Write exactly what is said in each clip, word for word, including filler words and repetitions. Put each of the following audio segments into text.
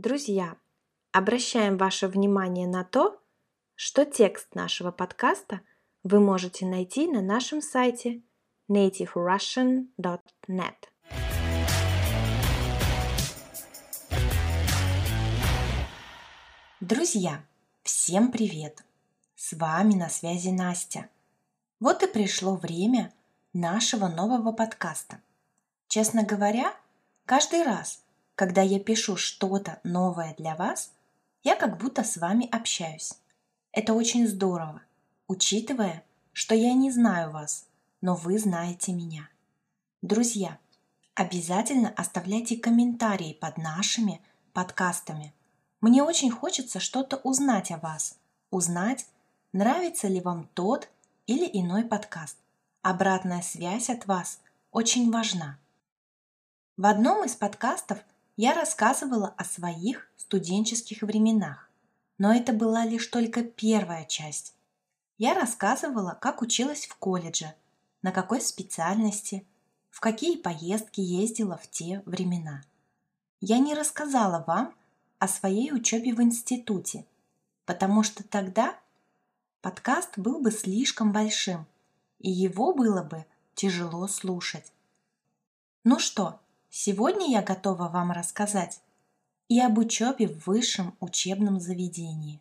Друзья, обращаем ваше внимание на то, что текст нашего подкаста вы можете найти на нашем сайте native russian dot net. Друзья, всем привет! С вами на связи Настя. Вот и пришло время нашего нового подкаста. Честно говоря, каждый раз, когда я пишу что-то новое для вас, я как будто с вами общаюсь. Это очень здорово, учитывая, что я не знаю вас, но вы знаете меня. Друзья, обязательно оставляйте комментарии под нашими подкастами. Мне очень хочется что-то узнать о вас, узнать, нравится ли вам тот или иной подкаст. Обратная связь от вас очень важна. В одном из подкастов я рассказывала о своих студенческих временах, но это была лишь только первая часть. Я рассказывала, как училась в колледже, на какой специальности, в какие поездки ездила в те времена. Я не рассказала вам о своей учебе в институте, потому что тогда подкаст был бы слишком большим, и его было бы тяжело слушать. Ну что, сегодня я готова вам рассказать и об учебе в высшем учебном заведении.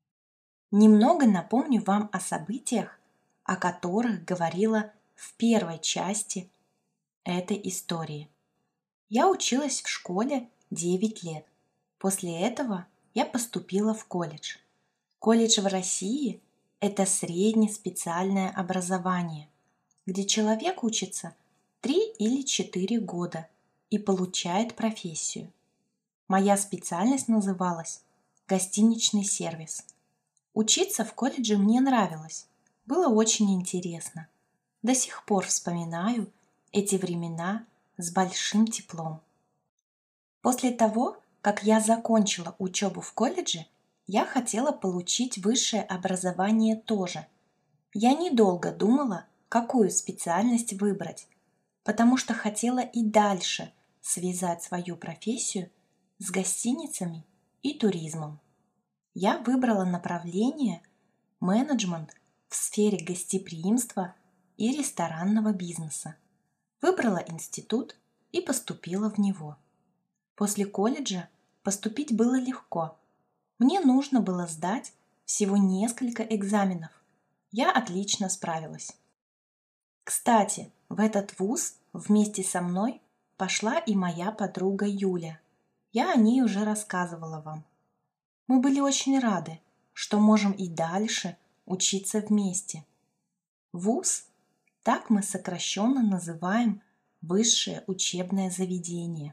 Немного напомню вам о событиях, о которых говорила в первой части этой истории. Я училась в школе девять лет. После этого я поступила в колледж. Колледж в России – это среднеспециальное образование, где человек учится три или четыре года и получает профессию. Моя специальность называлась гостиничный сервис. Учиться в колледже мне нравилось, было очень интересно. До сих пор вспоминаю эти времена с большим теплом. После того, как я закончила учебу в колледже, я хотела получить высшее образование тоже. Я недолго думала, какую специальность выбрать, потому что хотела и дальше связать свою профессию с гостиницами и туризмом. Я выбрала направление менеджмент в сфере гостеприимства и ресторанного бизнеса. Выбрала институт и поступила в него. После колледжа поступить было легко. Мне нужно было сдать всего несколько экзаменов. Я отлично справилась. Кстати, в этот вуз вместе со мной пошла и моя подруга Юля. Я о ней уже рассказывала вам. Мы были очень рады, что можем и дальше учиться вместе. Вуз, так мы сокращенно называем высшее учебное заведение.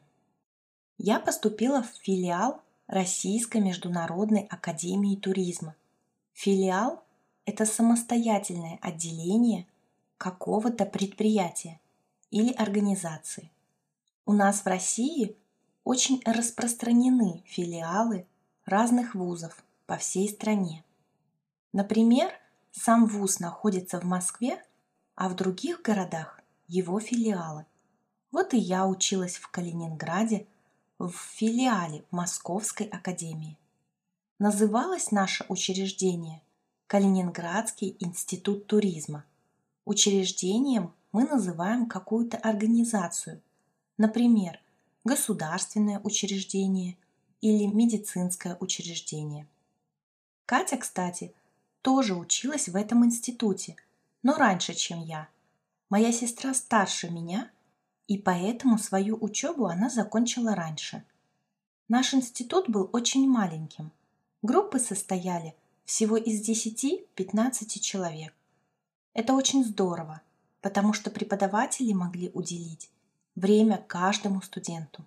Я поступила в филиал Российской международной академии туризма. Филиал – это самостоятельное отделение какого-то предприятия или организации. У нас в России очень распространены филиалы разных вузов по всей стране. Например, сам вуз находится в Москве, а в других городах его филиалы. Вот и я училась в Калининграде в филиале Московской академии. Называлось наше учреждение Калининградский институт туризма. Учреждением мы называем какую-то организацию, например, государственное учреждение или медицинское учреждение. Катя, кстати, тоже училась в этом институте, но раньше, чем я. Моя сестра старше меня, и поэтому свою учебу она закончила раньше. Наш институт был очень маленьким. Группы состояли всего из десяти-пятнадцати человек. Это очень здорово, потому что преподаватели могли уделить время каждому студенту.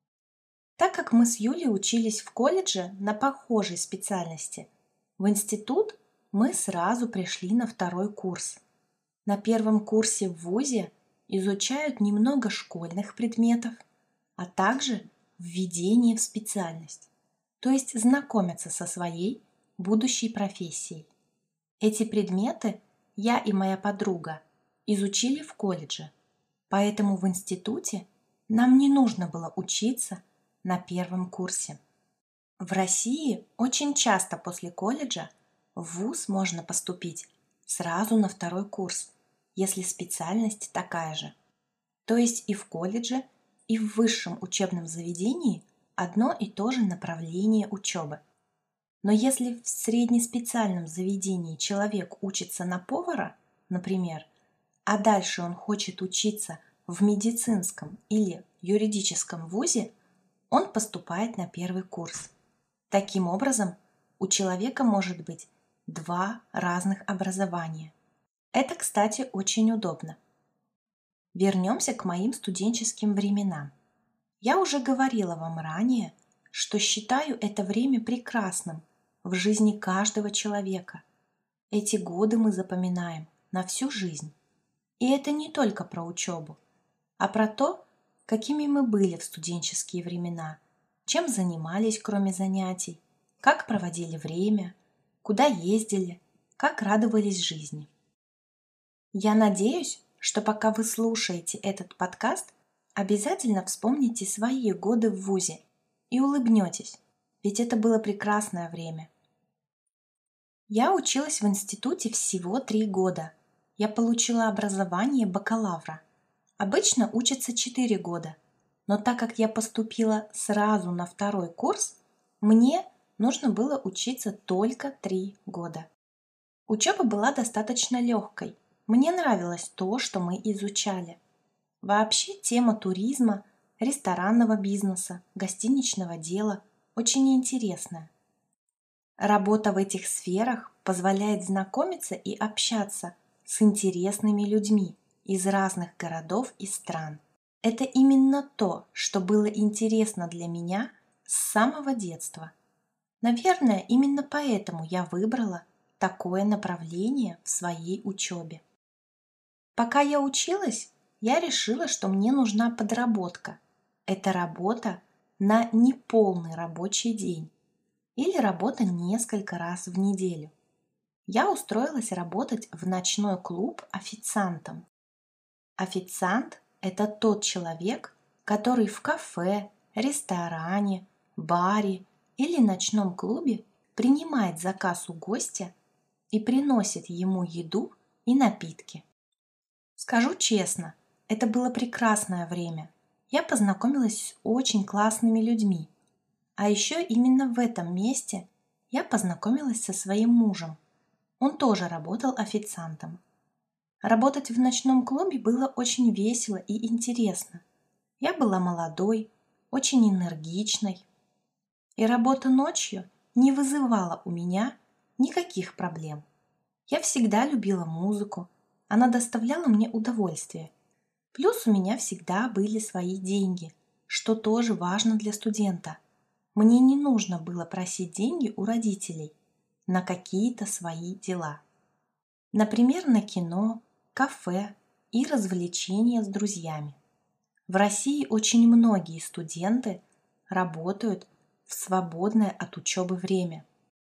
Так как мы с Юлей учились в колледже на похожей специальности, в институт мы сразу пришли на второй курс. На первом курсе в вузе изучают немного школьных предметов, а также введение в специальность, то есть знакомятся со своей будущей профессией. Эти предметы я и моя подруга изучили в колледже, поэтому в институте нам не нужно было учиться на первом курсе. В России очень часто после колледжа в вуз можно поступить сразу на второй курс, если специальность такая же. То есть и в колледже, и в высшем учебном заведении одно и то же направление учебы. Но если в среднеспециальном заведении человек учится на повара, например, а дальше он хочет учиться в медицинском или юридическом вузе, он поступает на первый курс. Таким образом, у человека может быть два разных образования. Это, кстати, очень удобно. Вернемся к моим студенческим временам. Я уже говорила вам ранее, что считаю это время прекрасным в жизни каждого человека. Эти годы мы запоминаем на всю жизнь. И это не только про учебу, а про то, какими мы были в студенческие времена, чем занимались, кроме занятий, как проводили время, куда ездили, как радовались жизни. Я надеюсь, что пока вы слушаете этот подкаст, обязательно вспомните свои годы в вузе и улыбнетесь, ведь это было прекрасное время. Я училась в институте всего три года. Я получила образование бакалавра. Обычно учатся четыре года, но так как я поступила сразу на второй курс, мне нужно было учиться только три года. Учеба была достаточно легкой. Мне нравилось то, что мы изучали. Вообще тема туризма, ресторанного бизнеса, гостиничного дела очень интересная. Работа в этих сферах позволяет знакомиться и общаться с интересными людьми из разных городов и стран. Это именно то, что было интересно для меня с самого детства. Наверное, именно поэтому я выбрала такое направление в своей учебе. Пока я училась, я решила, что мне нужна подработка. Это работа на неполный рабочий день или работа несколько раз в неделю. Я устроилась работать в ночной клуб официантом. Официант – это тот человек, который в кафе, ресторане, баре или ночном клубе принимает заказ у гостя и приносит ему еду и напитки. Скажу честно, это было прекрасное время. Я познакомилась с очень классными людьми. А еще именно в этом месте я познакомилась со своим мужем. Он тоже работал официантом. Работать в ночном клубе было очень весело и интересно. Я была молодой, очень энергичной. И работа ночью не вызывала у меня никаких проблем. Я всегда любила музыку, она доставляла мне удовольствие. Плюс у меня всегда были свои деньги, что тоже важно для студента. Мне не нужно было просить деньги у родителей на какие-то свои дела. Например, на кино, кафе и развлечения с друзьями. В России очень многие студенты работают в свободное от учебы время.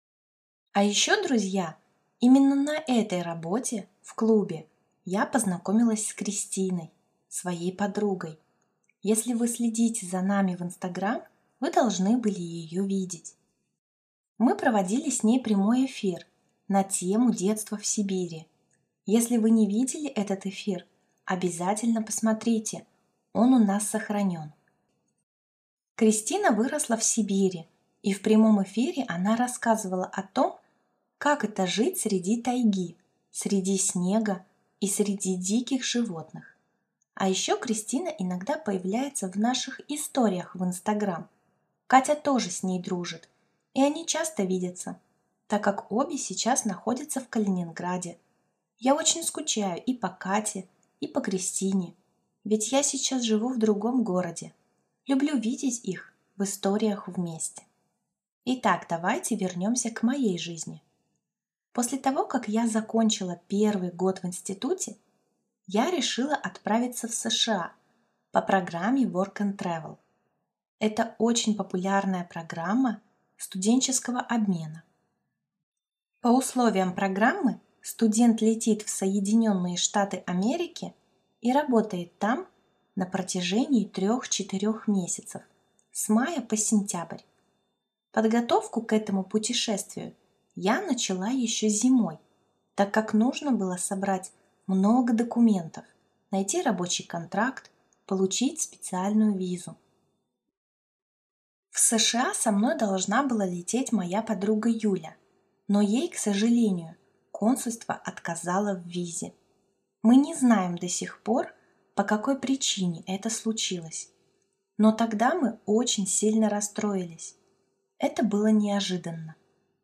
А еще, друзья, именно на этой работе в клубе я познакомилась с Кристиной, своей подругой. Если вы следите за нами в Инстаграм, вы должны были ее видеть. Мы проводили с ней прямой эфир на тему детства в Сибири. Если вы не видели этот эфир, обязательно посмотрите, он у нас сохранен. Кристина выросла в Сибири, и в прямом эфире она рассказывала о том, как это жить среди тайги, среди снега и среди диких животных. А еще Кристина иногда появляется в наших историях в Инстаграм. Катя тоже с ней дружит, и они часто видятся, так как обе сейчас находятся в Калининграде. Я очень скучаю и по Кате, и по Кристине, ведь я сейчас живу в другом городе. Люблю видеть их в историях вместе. Итак, давайте вернемся к моей жизни. После того, как я закончила первый год в институте, я решила отправиться в США по программе Work and Travel. Это очень популярная программа студенческого обмена. По условиям программы студент летит в Соединенные Штаты Америки и работает там на протяжении трех-четырех месяцев, с мая по сентябрь. Подготовку к этому путешествию я начала еще зимой, так как нужно было собрать много документов, найти рабочий контракт, получить специальную визу. В США со мной должна была лететь моя подруга Юля, но ей, к сожалению, консульство отказало в визе. Мы не знаем до сих пор, по какой причине это случилось, но тогда мы очень сильно расстроились. Это было неожиданно.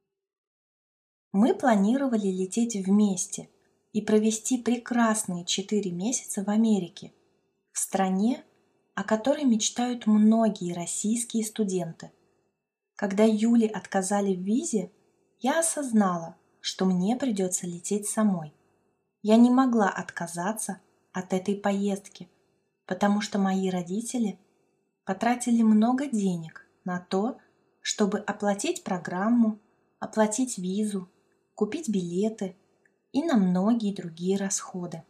Мы планировали лететь вместе и провести прекрасные четыре месяца в Америке, в стране, о которой мечтают многие российские студенты. Когда Юле отказали в визе, я осознала, что мне придется лететь самой. Я не могла отказаться от этой поездки, потому что мои родители потратили много денег на то, чтобы оплатить программу, оплатить визу, купить билеты и на многие другие расходы.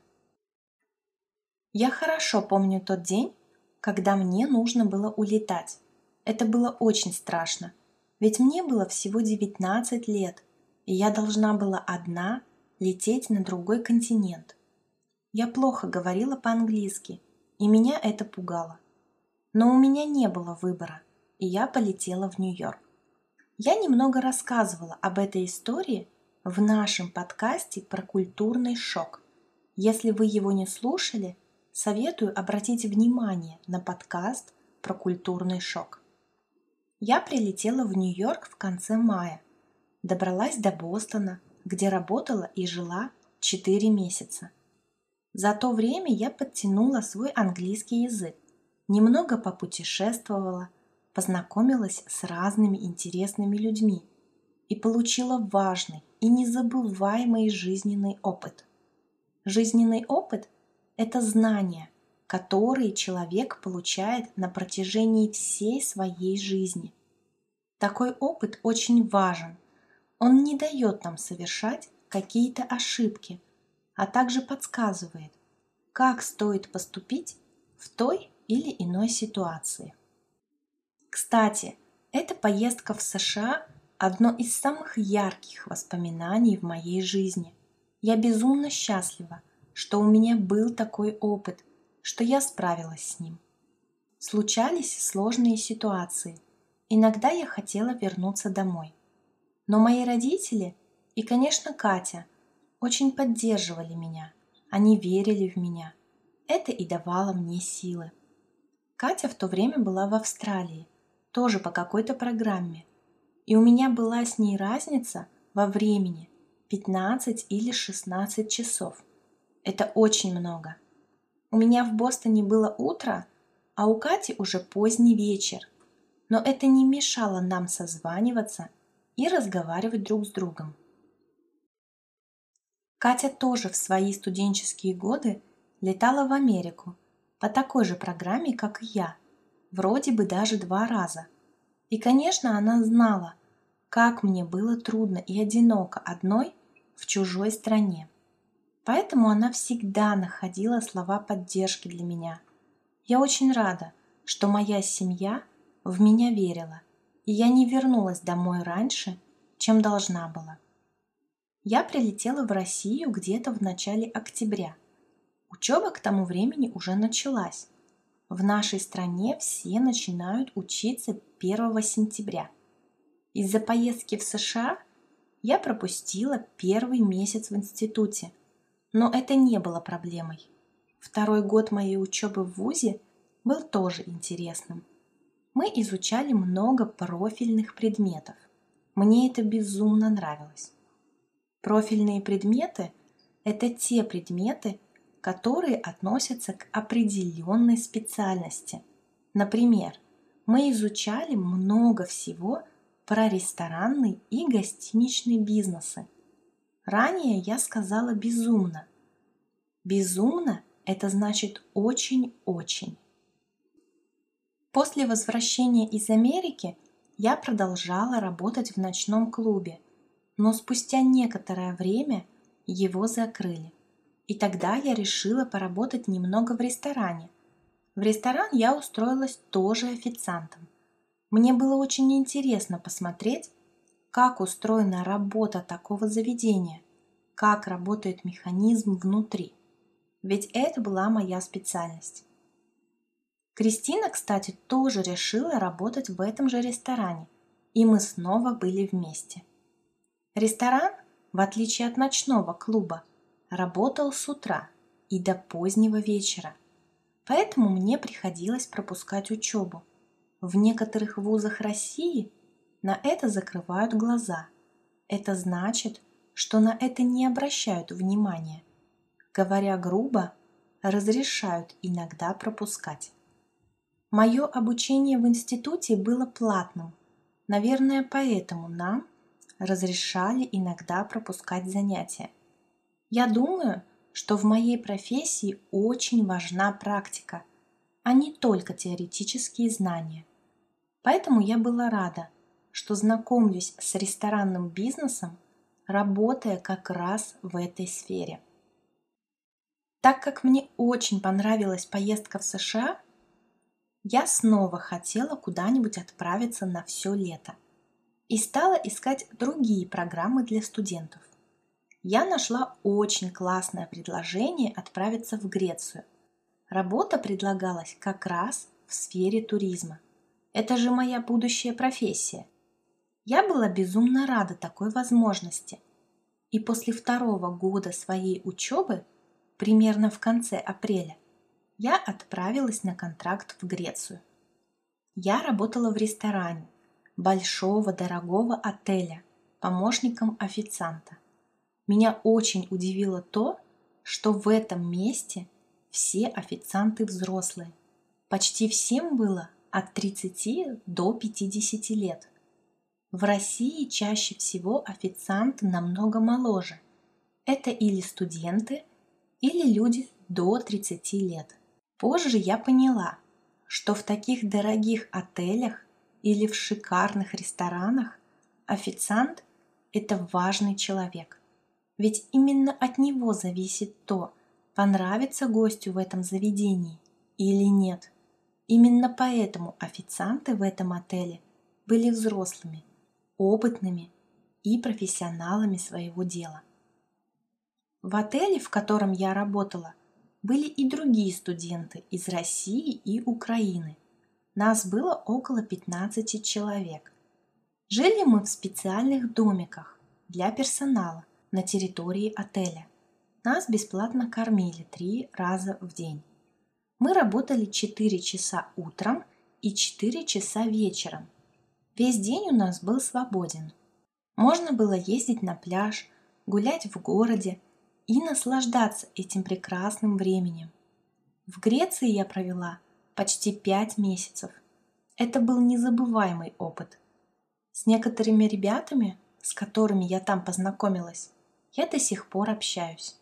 Я хорошо помню тот день, когда мне нужно было улетать. Это было очень страшно, ведь мне было всего девятнадцать лет, и я должна была одна лететь на другой континент. Я плохо говорила по-английски, и меня это пугало. Но у меня не было выбора, и я полетела в Нью-Йорк. Я немного рассказывала об этой истории в нашем подкасте про культурный шок. Если вы его не слушали, советую обратить внимание на подкаст про культурный шок. Я прилетела в Нью-Йорк в конце мая, добралась до Бостона, где работала и жила четыре месяца. За то время я подтянула свой английский язык, немного попутешествовала, познакомилась с разными интересными людьми и получила важный и незабываемый жизненный опыт. Жизненный опыт – это знания, которые человек получает на протяжении всей своей жизни. Такой опыт очень важен. Он не дает нам совершать какие-то ошибки, а также подсказывает, как стоит поступить в той или иной ситуации. Кстати, эта поездка в США – одно из самых ярких воспоминаний в моей жизни. Я безумно счастлива, что у меня был такой опыт, что я справилась с ним. Случались сложные ситуации. Иногда я хотела вернуться домой. Но мои родители и, конечно, Катя очень поддерживали меня. Они верили в меня. Это и давало мне силы. Катя в то время была в Австралии, тоже по какой-то программе. И у меня была с ней разница во времени пятнадцать или шестнадцать часов. Это очень много. У меня в Бостоне было утро, а у Кати уже поздний вечер. Но это не мешало нам созваниваться и разговаривать друг с другом. Катя тоже в свои студенческие годы летала в Америку по такой же программе, как и я, вроде бы даже два раза. И, конечно, она знала, как мне было трудно и одиноко одной в чужой стране. Поэтому она всегда находила слова поддержки для меня. Я очень рада, что моя семья в меня верила, и я не вернулась домой раньше, чем должна была. Я прилетела в Россию где-то в начале октября. Учеба к тому времени уже началась. В нашей стране все начинают учиться первого сентября. Из-за поездки в США я пропустила первый месяц в институте, но это не было проблемой. Второй год моей учебы в вузе был тоже интересным. Мы изучали много профильных предметов. Мне это безумно нравилось. Профильные предметы – это те предметы, которые относятся к определенной специальности. Например, мы изучали много всего про ресторанный и гостиничный бизнесы. Ранее я сказала «безумно». Безумно – это значит очень-очень. После возвращения из Америки я продолжала работать в ночном клубе, но спустя некоторое время его закрыли. И тогда я решила поработать немного в ресторане. В ресторан я устроилась тоже официантом. Мне было очень интересно посмотреть, как устроена работа такого заведения, как работает механизм внутри. Ведь это была моя специальность. Кристина, кстати, тоже решила работать в этом же ресторане, и мы снова были вместе. Ресторан, в отличие от ночного клуба, работал с утра и до позднего вечера, поэтому мне приходилось пропускать учебу. В некоторых вузах России на это закрывают глаза. Это значит, что на это не обращают внимания. Говоря грубо, разрешают иногда пропускать. Мое обучение в институте было платным. Наверное, поэтому нам разрешали иногда пропускать занятия. Я думаю, что в моей профессии очень важна практика, а не только теоретические знания. Поэтому я была рада, что знакомлюсь с ресторанным бизнесом, работая как раз в этой сфере. Так как мне очень понравилась поездка в США, я снова хотела куда-нибудь отправиться на все лето и стала искать другие программы для студентов. Я нашла очень классное предложение отправиться в Грецию. Работа предлагалась как раз в сфере туризма. Это же моя будущая профессия. Я была безумно рада такой возможности. И после второго года своей учебы, примерно в конце апреля, я отправилась на контракт в Грецию. Я работала в ресторане большого дорогого отеля помощником официанта. Меня очень удивило то, что в этом месте все официанты взрослые. Почти всем было от тридцати до пятидесяти лет. В России чаще всего официанты намного моложе. Это или студенты, или люди до тридцати лет. Позже я поняла, что в таких дорогих отелях или в шикарных ресторанах официант – это важный человек. Ведь именно от него зависит то, понравится гостю в этом заведении или нет. Именно поэтому официанты в этом отеле были взрослыми, опытными и профессионалами своего дела. В отеле, в котором я работала, были и другие студенты из России и Украины. Нас было около пятнадцати человек. Жили мы в специальных домиках для персонала на территории отеля. Нас бесплатно кормили три раза в день. Мы работали четыре часа утром и четыре часа вечером. Весь день у нас был свободен. Можно было ездить на пляж, гулять в городе и наслаждаться этим прекрасным временем. В Греции я провела почти пять месяцев. Это был незабываемый опыт. С некоторыми ребятами, с которыми я там познакомилась, я до сих пор общаюсь.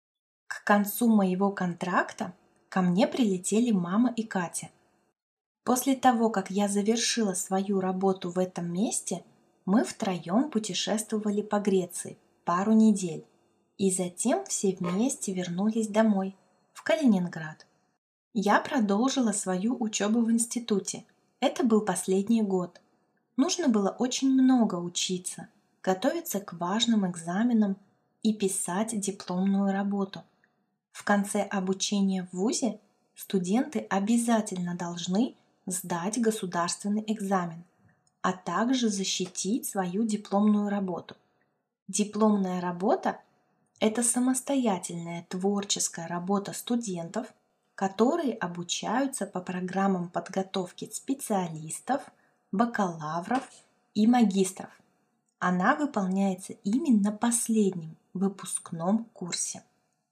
К концу моего контракта ко мне прилетели мама и Катя. После того, как я завершила свою работу в этом месте, мы втроем путешествовали по Греции пару недель и затем все вместе вернулись домой, в Калининград. Я продолжила свою учебу в институте. Это был последний год. Нужно было очень много учиться, готовиться к важным экзаменам и писать дипломную работу. В конце обучения в вузе студенты обязательно должны сдать государственный экзамен, а также защитить свою дипломную работу. Дипломная работа – это самостоятельная творческая работа студентов, которые обучаются по программам подготовки специалистов, бакалавров и магистров. Она выполняется ими на последнем выпускном курсе.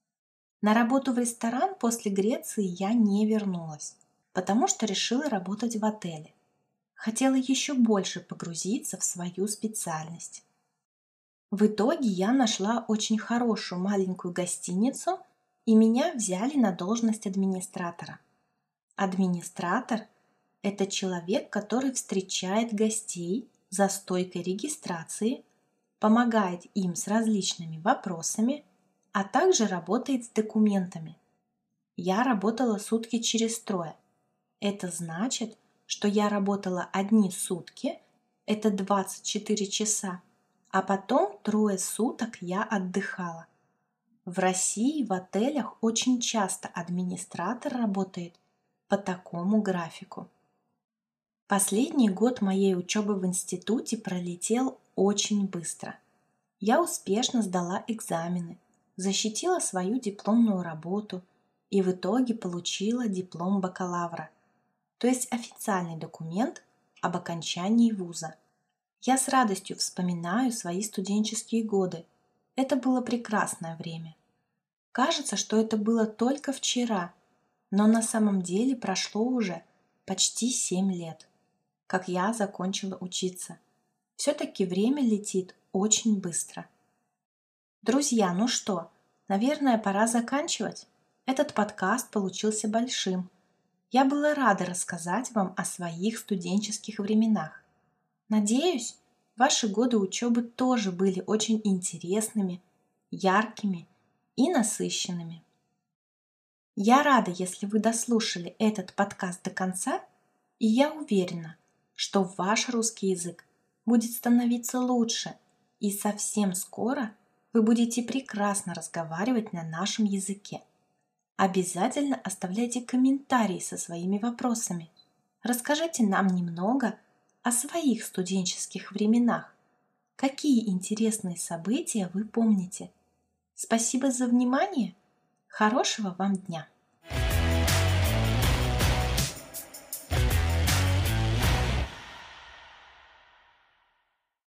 На работу в ресторан после Греции я не вернулась, потому что решила работать в отеле. Хотела еще больше погрузиться в свою специальность. В итоге я нашла очень хорошую маленькую гостиницу, и меня взяли на должность администратора. Администратор – это человек, который встречает гостей за стойкой регистрации, помогает им с различными вопросами, а также работает с документами. Я работала сутки через трое. Это значит, что я работала одни сутки, это двадцать четыре часа, а потом трое суток я отдыхала. В России в отелях очень часто администратор работает по такому графику. Последний год моей учебы в институте пролетел очень быстро. Я успешно сдала экзамены, защитила свою дипломную работу и в итоге получила диплом бакалавра, то есть официальный документ об окончании вуза. Я с радостью вспоминаю свои студенческие годы. Это было прекрасное время. Кажется, что это было только вчера, но на самом деле прошло уже почти семь лет, как я закончила учиться. Все-таки время летит очень быстро. Друзья, ну что, наверное, пора заканчивать. Этот подкаст получился большим. Я была рада рассказать вам о своих студенческих временах. Надеюсь, ваши годы учебы тоже были очень интересными, яркими и насыщенными. Я рада, если вы дослушали этот подкаст до конца, и я уверена, что ваш русский язык будет становиться лучше, и совсем скоро вы будете прекрасно разговаривать на нашем языке. Обязательно оставляйте комментарии со своими вопросами. Расскажите нам немного о своих студенческих временах. Какие интересные события вы помните? Спасибо за внимание. Хорошего вам дня!